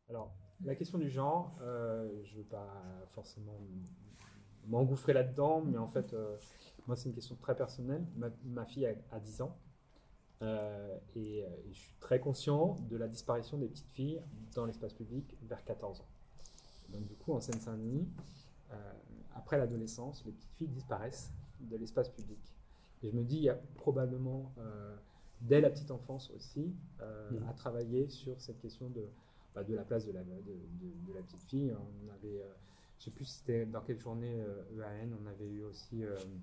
Alors, la question du genre, je ne veux pas forcément m'engouffrer là-dedans, mais en fait, moi, c'est une question très personnelle. Ma fille a 10 ans et je suis très conscient de la disparition des petites filles dans l'espace public vers 14 ans. Donc, du coup, en Seine-Saint-Denis, après l'adolescence, les petites filles disparaissent de l'espace public. Et je me dis, il y a probablement, dès la petite enfance aussi, à travailler sur cette question de la place de la petite fille. On avait, je ne sais plus si c'était dans quelle journée EAN, on avait eu aussi...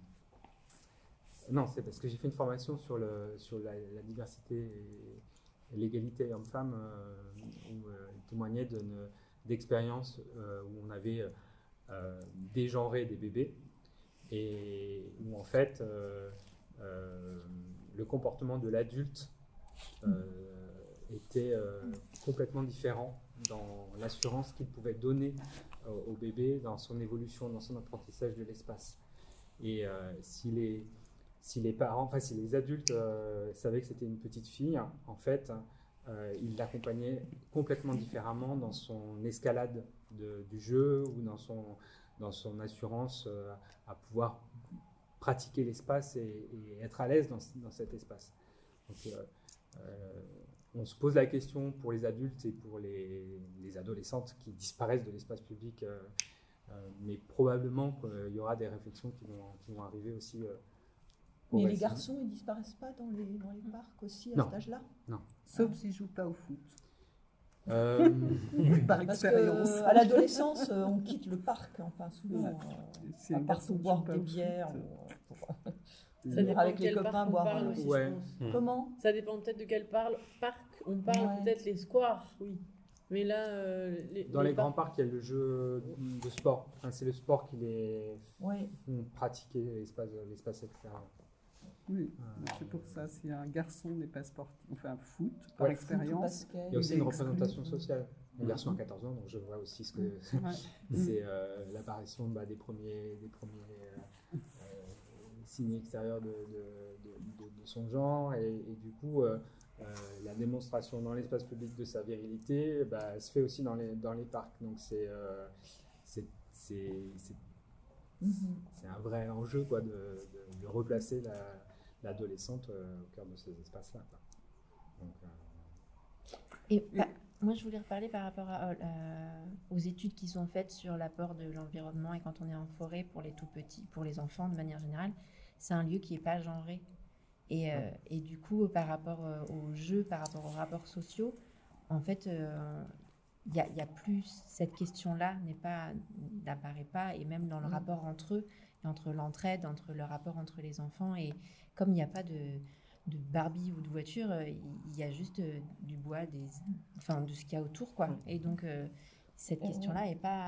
non, c'est parce que j'ai fait une formation sur la diversité et l'égalité homme-femme, où il témoignait d'expériences où on avait dégenré des bébés et où en fait le comportement de l'adulte était complètement différent dans l'assurance qu'il pouvait donner au bébé dans son évolution, dans son apprentissage de l'espace. Et si les parents, enfin si les adultes savaient que c'était une petite fille, en fait, ils l'accompagnaient complètement différemment dans son escalade du jeu ou dans son assurance à pouvoir pratiquer l'espace et être à l'aise dans cet espace. Donc, on se pose la question pour les adultes et pour les adolescentes qui disparaissent de l'espace public, mais probablement qu'il y aura des réflexions qui vont arriver aussi. Mais les garçons, ils disparaissent pas dans les parcs aussi à cet âge-là? Non. Sauf s'ils ne jouent pas au foot. Par expérience. À l'adolescence, on quitte le parc, enfin souvent, à part pour boire des bières. Avec les copains, boire aussi, ouais. Comment? Ça dépend peut-être de quel parc. On parle peut-être les squares, oui. Mais là, dans les grands parcs, il y a le jeu de sport. Enfin, c'est le sport qui les font pratiquer l'espace extérieur. Oui, c'est pour ça. Si un garçon n'est pas sportif, enfin foot, par expérience. Il y a aussi une représentation sociale. Un garçon à 14 ans, donc je vois aussi ce que c'est l'apparition des premiers signes extérieurs de son genre et du coup la démonstration dans l'espace public de sa virilité se fait aussi dans les parcs. Donc c'est un vrai enjeu quoi, de replacer l'adolescente au cœur de ces espaces-là. Donc, moi, je voulais reparler par rapport aux études qui sont faites sur l'apport de l'environnement et quand on est en forêt pour les tout petits, pour les enfants de manière générale, c'est un lieu qui n'est pas genré. Et du coup, par rapport aux jeux, par rapport aux rapports sociaux, en fait, il y a plus cette question-là n'apparaît pas, et même dans le rapport entre eux, et entre l'entraide, entre le rapport entre les enfants, et comme il n'y a pas de Barbie ou de voiture, il y a juste du bois, de ce qu'il y a autour, quoi. Et donc cette question-là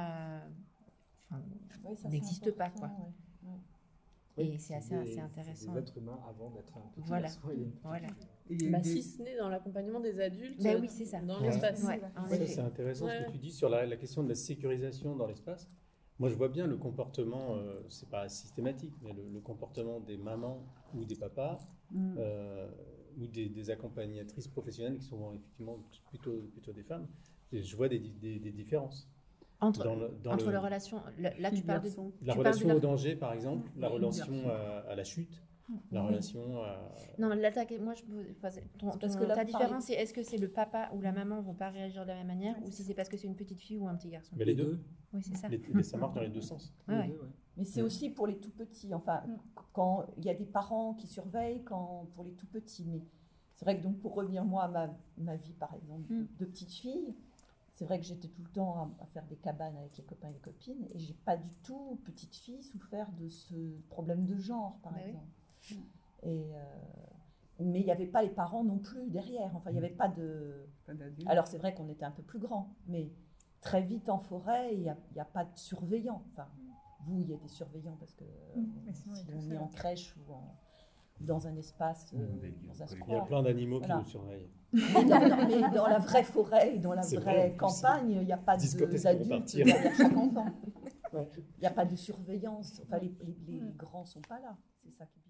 n'existe pas, quoi. Et c'est assez intéressant. C'est des êtres humains avant d'être un petit garçon. Voilà. Si ce n'est dans l'accompagnement des adultes, oui, c'est ça. Dans l'espace. Ça, c'est intéressant ce que tu dis sur la question de la sécurisation dans l'espace. Moi, je vois bien le comportement, c'est pas systématique, mais le comportement des mamans ou des papas ou des accompagnatrices professionnelles qui sont effectivement plutôt des femmes. Et je vois des différences. Entre la relation, là tu parles de... La relation au danger, par exemple, la relation à la chute, la relation à... Non, l'attaque, moi je ta différence, c'est est-ce que c'est le papa ou la maman vont pas réagir de la même manière ou si c'est parce que c'est une petite fille ou un petit garçon? Mais les deux. Oui, c'est ça. Ça marche dans les deux sens. Mais c'est aussi pour les tout petits, enfin, quand il y a des parents qui surveillent pour les tout petits. Mais c'est vrai que donc pour revenir moi à ma vie, par exemple, de petite fille, c'est vrai que j'étais tout le temps à faire des cabanes avec les copains et les copines et j'ai pas du tout, petite fille, souffert de ce problème de genre, par exemple. Et mais il n'y avait pas les parents non plus derrière. Enfin, il n'y avait pas d'adultes. Alors c'est vrai qu'on était un peu plus grands, mais très vite en forêt, il n'y a pas de surveillants. Enfin, vous, il y a des surveillants parce que si on est en crèche ou dans un espace, dans un square. Il y a plein d'animaux qui nous surveillent. Mais dans la vraie forêt, dans la vraie campagne, il n'y a pas d'adultes derrière chaque enfant. Il n'y a pas de surveillance. Enfin, les grands ne sont pas là. C'est ça qui